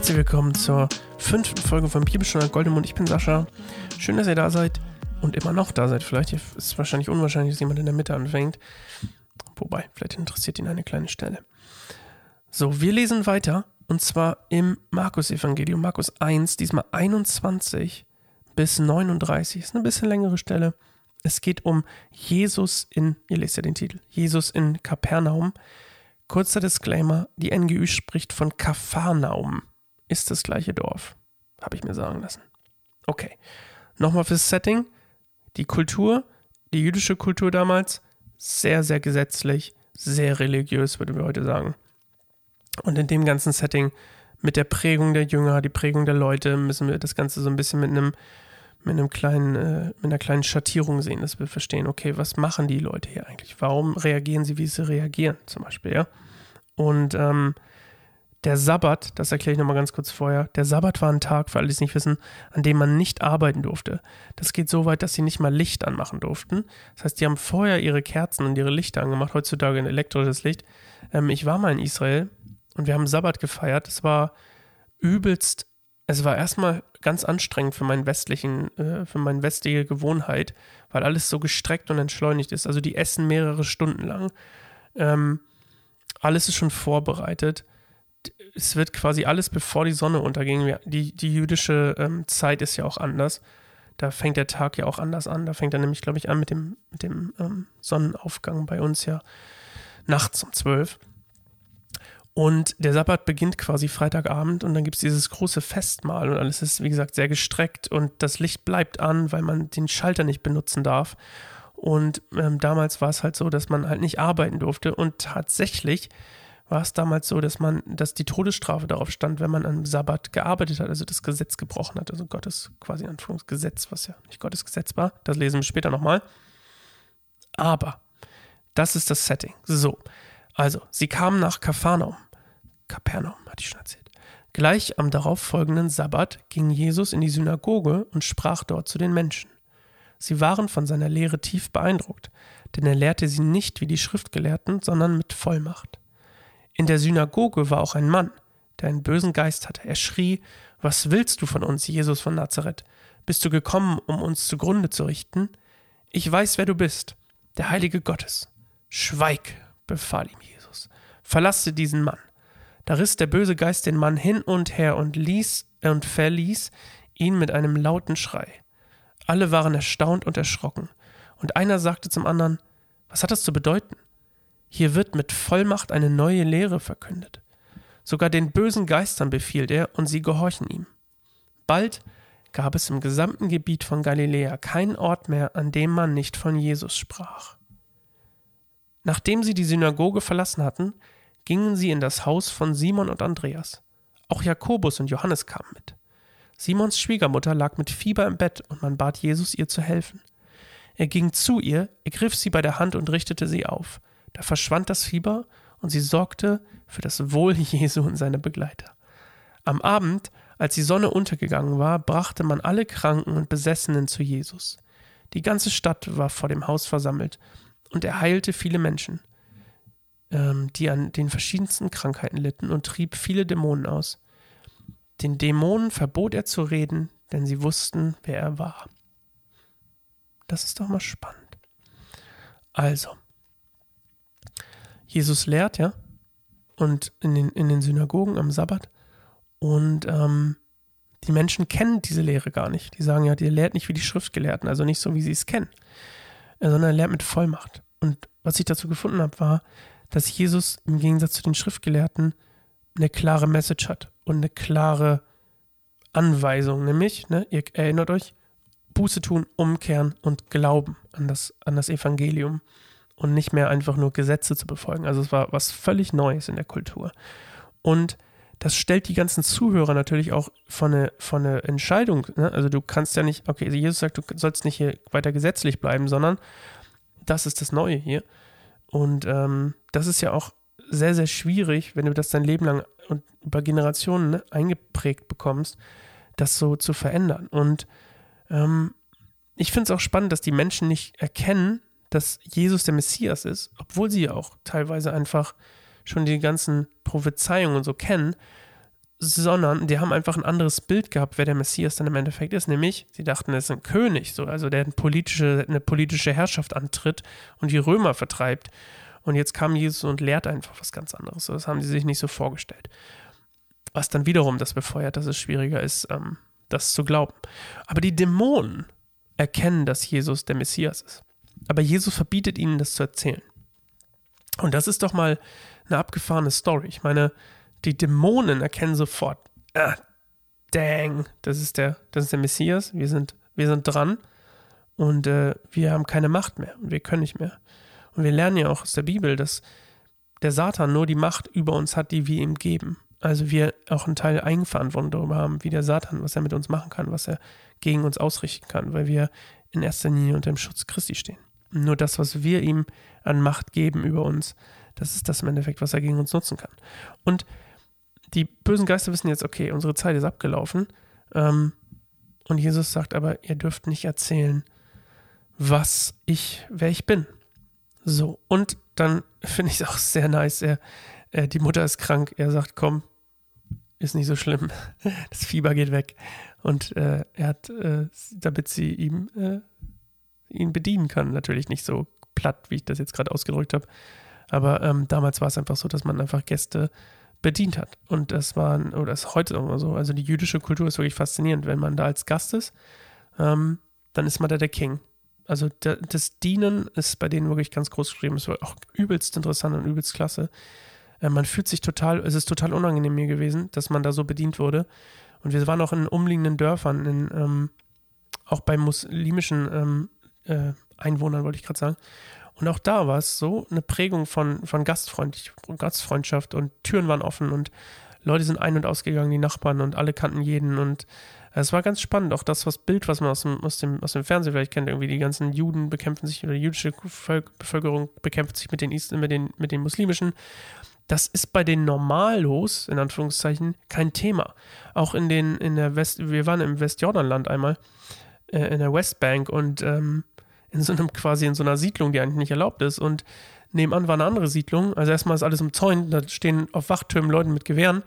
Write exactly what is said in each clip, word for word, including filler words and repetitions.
Herzlich willkommen zur fünften Folge von Bibelstunde Goldemund. Ich bin Sascha. Schön, dass ihr da seid und immer noch da seid. Vielleicht ist es wahrscheinlich unwahrscheinlich, dass jemand in der Mitte anfängt. Wobei, vielleicht interessiert ihn eine kleine Stelle. So, wir lesen weiter und zwar im Markus-Evangelium, Markus eins, diesmal einundzwanzig bis neununddreißig. Ist eine bisschen längere Stelle. Es geht um Jesus in, ihr lest ja den Titel, Jesus in Kapernaum. Kurzer Disclaimer, die N G Ü spricht von Kapharnaum. Ist das gleiche Dorf, habe ich mir sagen lassen. Okay, nochmal fürs Setting. Die Kultur, die jüdische Kultur damals, sehr, sehr gesetzlich, sehr religiös, würden wir heute sagen. Und in dem ganzen Setting mit der Prägung der Jünger, die Prägung der Leute, müssen wir das Ganze so ein bisschen mit einem, mit einem kleinen, äh, mit einer kleinen Schattierung sehen, dass wir verstehen, okay, was machen die Leute hier eigentlich? Warum reagieren sie, wie sie reagieren, zum Beispiel, ja? Und ähm, der Sabbat, das erkläre ich nochmal ganz kurz vorher, der Sabbat war ein Tag, für alle, die es nicht wissen, an dem man nicht arbeiten durfte. Das geht so weit, dass sie nicht mal Licht anmachen durften. Das heißt, die haben vorher ihre Kerzen und ihre Lichter angemacht, heutzutage ein elektrisches Licht. Ähm, ich war mal in Israel und wir haben Sabbat gefeiert. Es war übelst, es war erstmal ganz anstrengend für meinen westlichen, äh, für meine westliche Gewohnheit, weil alles so gestreckt und entschleunigt ist. Also die essen mehrere Stunden lang. Ähm, alles ist schon vorbereitet. Es wird quasi alles, bevor die Sonne unterging. Die, die jüdische ähm, Zeit ist ja auch anders. Da fängt der Tag ja auch anders an. Da fängt er nämlich, glaube ich, an mit dem, mit dem ähm, Sonnenaufgang bei uns ja nachts um zwölf. Und der Sabbat beginnt quasi Freitagabend und dann gibt es dieses große Festmahl und alles ist, wie gesagt, sehr gestreckt und das Licht bleibt an, weil man den Schalter nicht benutzen darf. Und ähm, damals war es halt so, dass man halt nicht arbeiten durfte und tatsächlich war es damals so, dass man, dass die Todesstrafe darauf stand, wenn man am Sabbat gearbeitet hat, also das Gesetz gebrochen hat, also Gottes quasi Anführungsgesetz, was ja nicht Gottes Gesetz war. Das lesen wir später nochmal. Aber das ist das Setting. So, also sie kamen nach Kapharnaum. Kapernaum, hatte ich schon erzählt. Gleich am darauffolgenden Sabbat ging Jesus in die Synagoge und sprach dort zu den Menschen. Sie waren von seiner Lehre tief beeindruckt, denn er lehrte sie nicht wie die Schriftgelehrten, sondern mit Vollmacht. In der Synagoge war auch ein Mann, der einen bösen Geist hatte. Er schrie: Was willst du von uns, Jesus von Nazareth? Bist du gekommen, um uns zugrunde zu richten? Ich weiß, wer du bist, der Heilige Gottes. Schweig, befahl ihm Jesus. Verlasse diesen Mann. Da riss der böse Geist den Mann hin und her und ließ und verließ ihn mit einem lauten Schrei. Alle waren erstaunt und erschrocken. Und einer sagte zum anderen: Was hat das zu bedeuten? Hier wird mit Vollmacht eine neue Lehre verkündet. Sogar den bösen Geistern befiehlt er, und sie gehorchen ihm. Bald gab es im gesamten Gebiet von Galiläa keinen Ort mehr, an dem man nicht von Jesus sprach. Nachdem sie die Synagoge verlassen hatten, gingen sie in das Haus von Simon und Andreas. Auch Jakobus und Johannes kamen mit. Simons Schwiegermutter lag mit Fieber im Bett und man bat Jesus, ihr zu helfen. Er ging zu ihr, ergriff sie bei der Hand und richtete sie auf. Da verschwand das Fieber und sie sorgte für das Wohl Jesu und seiner Begleiter. Am Abend, als die Sonne untergegangen war, brachte man alle Kranken und Besessenen zu Jesus. Die ganze Stadt war vor dem Haus versammelt und er heilte viele Menschen, ähm, die an den verschiedensten Krankheiten litten, und trieb viele Dämonen aus. Den Dämonen verbot er zu reden, denn sie wussten, wer er war. Das ist doch mal spannend. Also, Jesus lehrt, ja, und in den, in den Synagogen am Sabbat, und ähm, die Menschen kennen diese Lehre gar nicht. Die sagen ja, der lehrt nicht wie die Schriftgelehrten, also nicht so, wie sie es kennen, sondern er lehrt mit Vollmacht. Und was ich dazu gefunden habe, war, dass Jesus im Gegensatz zu den Schriftgelehrten eine klare Message hat und eine klare Anweisung, nämlich, ne, ihr erinnert euch, Buße tun, umkehren und glauben an das, an das Evangelium und nicht mehr einfach nur Gesetze zu befolgen. Also es war was völlig Neues in der Kultur. Und das stellt die ganzen Zuhörer natürlich auch vor eine, vor eine Entscheidung. Ne? Also du kannst ja nicht, okay, also Jesus sagt, du sollst nicht hier weiter gesetzlich bleiben, sondern das ist das Neue hier. Und ähm, das ist ja auch sehr, sehr schwierig, wenn du das dein Leben lang und über Generationen, ne, eingeprägt bekommst, das so zu verändern. Und ähm, ich finde es auch spannend, dass die Menschen nicht erkennen, dass Jesus der Messias ist, obwohl sie ja auch teilweise einfach schon die ganzen Prophezeiungen und so kennen. sondern die haben einfach ein anderes Bild gehabt, wer der Messias dann im Endeffekt ist, nämlich sie dachten, er ist ein König, so, also der eine politische, eine politische Herrschaft antritt und die Römer vertreibt. Und jetzt kam Jesus und lehrt einfach was ganz anderes. So, das haben sie sich nicht so vorgestellt. Was dann wiederum das befeuert, dass es schwieriger ist, ähm, das zu glauben. Aber die Dämonen erkennen, dass Jesus der Messias ist. Aber Jesus verbietet ihnen, das zu erzählen. Und das ist doch mal eine abgefahrene Story. Ich meine, die Dämonen erkennen sofort, ah, dang, das ist der, das ist der Messias, wir sind, wir sind dran und äh, wir haben keine Macht mehr und wir können nicht mehr. Und wir lernen ja auch aus der Bibel, dass der Satan nur die Macht über uns hat, die wir ihm geben. Also wir auch einen Teil Eigenverantwortung darüber haben, wie der Satan, was er mit uns machen kann, was er gegen uns ausrichten kann, weil wir in erster Linie unter dem Schutz Christi stehen. Und nur das, was wir ihm an Macht geben über uns, das ist das im Endeffekt, was er gegen uns nutzen kann. Und die bösen Geister wissen jetzt, okay, unsere Zeit ist abgelaufen. Ähm, und Jesus sagt aber, ihr dürft nicht erzählen, was ich, wer ich bin. So, und dann finde ich es auch sehr nice, er, äh, die Mutter ist krank, er sagt, komm, ist nicht so schlimm, das Fieber geht weg. Und äh, er hat, äh, damit sie ihm, äh, ihn bedienen kann, natürlich nicht so platt, wie ich das jetzt gerade ausgedrückt habe, aber ähm, damals war es einfach so, dass man einfach Gäste bedient hat. Und das war, oder das ist heute auch immer so, also die jüdische Kultur ist wirklich faszinierend. Wenn man da als Gast ist, ähm, dann ist man da der King. Also der, das Dienen ist bei denen wirklich ganz groß geschrieben. Es war auch übelst interessant und übelst klasse. Äh, man fühlt sich total, es ist total unangenehm mir gewesen, dass man da so bedient wurde. Und wir waren auch in umliegenden Dörfern, in, ähm, auch bei muslimischen ähm, äh, Einwohnern, wollte ich gerade sagen. Und auch da war es so eine Prägung von, von Gastfreund, Gastfreundschaft und Türen waren offen und Leute sind ein- und ausgegangen, die Nachbarn und alle kannten jeden und es war ganz spannend, auch das was Bild, was man aus dem, aus dem, aus dem Fernsehen vielleicht kennt, irgendwie die ganzen Juden bekämpfen sich oder die jüdische Bevölkerung bekämpft sich mit den, mit den, mit den muslimischen. Das ist bei den Normalos, in Anführungszeichen, kein Thema. Auch in den, in der West, wir waren im Westjordanland einmal, äh, in der Westbank und ähm, in so einem quasi in so einer Siedlung, die eigentlich nicht erlaubt ist und nebenan war eine andere Siedlung, also erstmal ist alles umzäunt, da stehen auf Wachtürmen Leute mit Gewehren,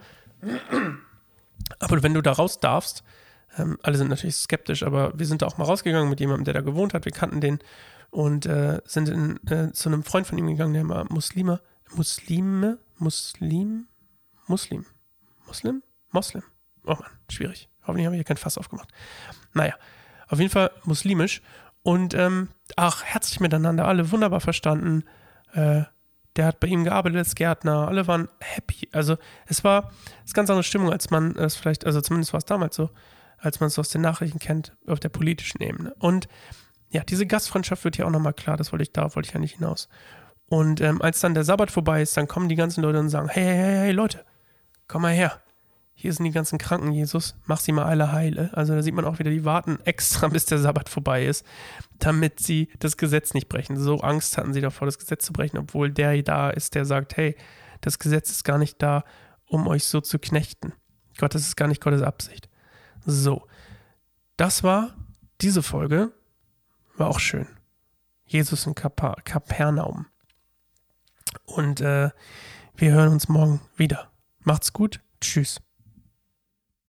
aber wenn du da raus darfst, ähm, alle sind natürlich skeptisch, aber wir sind da auch mal rausgegangen mit jemandem, der da gewohnt hat, wir kannten den und äh, sind in, äh, zu einem Freund von ihm gegangen, der war Muslime, Muslime, Muslim, Muslim, Muslim, Moslem, oh Mann, schwierig, hoffentlich habe ich hier kein Fass aufgemacht, naja, auf jeden Fall muslimisch. Und, ähm, ach, herzlich miteinander, alle wunderbar verstanden. Äh, der hat bei ihm gearbeitet als Gärtner, alle waren happy. Also, es war eine ganz andere Stimmung, als man es vielleicht, also zumindest war es damals so, als man es aus den Nachrichten kennt, auf der politischen Ebene. Und ja, diese Gastfreundschaft wird hier auch nochmal klar, das wollte ich, darauf wollte ich ja nicht hinaus. Und ähm, als dann der Sabbat vorbei ist, dann kommen die ganzen Leute und sagen, hey, hey, hey, hey, Leute, komm mal her. Hier sind die ganzen Kranken, Jesus, mach sie mal alle heile. Also da sieht man auch wieder, die warten extra, bis der Sabbat vorbei ist, damit sie das Gesetz nicht brechen. So Angst hatten sie davor, das Gesetz zu brechen, obwohl der da ist, der sagt, hey, das Gesetz ist gar nicht da, um euch so zu knechten. Gott, das ist gar nicht Gottes Absicht. So, das war diese Folge, war auch schön. Jesus in Kapa- Kapernaum. Und äh, wir hören uns morgen wieder. Macht's gut, tschüss.